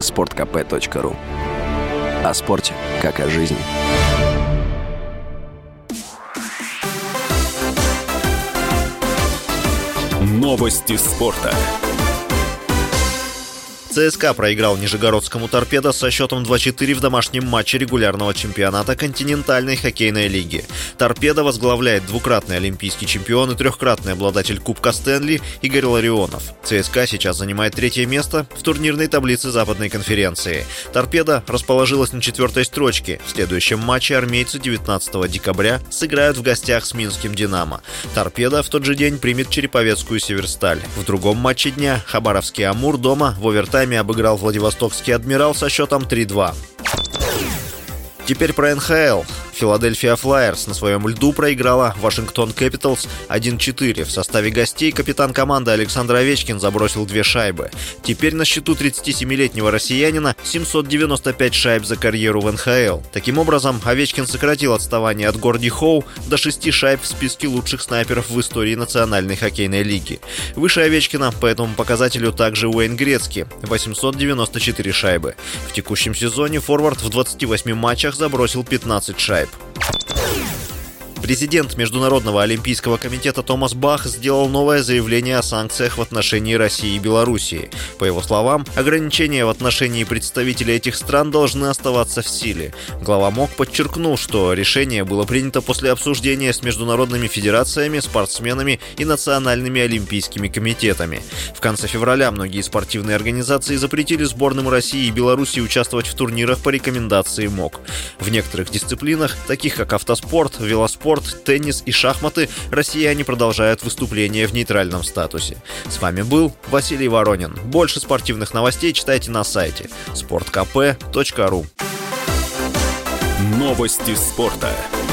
sportkp.ru. О спорте, как о жизни. Новости спорта. ЦСКА проиграл нижегородскому «Торпедо» со счетом 2-4 в домашнем матче регулярного чемпионата континентальной хоккейной лиги. «Торпедо» возглавляет двукратный олимпийский чемпион и трехкратный обладатель Кубка Стэнли Игорь Ларионов. ЦСКА сейчас занимает 3-е место в турнирной таблице Западной конференции. «Торпедо» расположилась на 4-й строчке. В следующем матче армейцы 19 декабря сыграют в гостях с минским «Динамо». «Торпедо» в тот же день примет череповецкую «Северсталь». В другом матче дня хабаровский «Амур» дома в овертайме обыграл Владивостокский «Адмирал» со счетом 3-2. Теперь про НХЛ. Филадельфия Флайерс на своем льду проиграла Вашингтон Кэпиталс 1-4. В составе гостей капитан команды Александр Овечкин забросил 2 шайбы. Теперь на счету 37-летнего россиянина 795 шайб за карьеру в НХЛ. Таким образом, Овечкин сократил отставание от Горди Хоу до 6 шайб в списке лучших снайперов в истории Национальной хоккейной лиги. Выше Овечкина по этому показателю также Уэйн Грецки – 894 шайбы. В текущем сезоне форвард в 28 матчах забросил 15 шайб. Президент Международного олимпийского комитета Томас Бах сделал новое заявление о санкциях в отношении России и Белоруссии. По его словам, ограничения в отношении представителей этих стран должны оставаться в силе. Глава МОК подчеркнул, что решение было принято после обсуждения с международными федерациями, спортсменами и национальными олимпийскими комитетами. В конце февраля многие спортивные организации запретили сборным России и Белоруссии участвовать в турнирах по рекомендации МОК. В некоторых дисциплинах, таких как автоспорт, велоспорт, теннис и шахматы, россияне продолжают выступления в нейтральном статусе. С вами был Василий Воронин. Больше спортивных новостей читайте на сайте sportkp.ru. Новости спорта.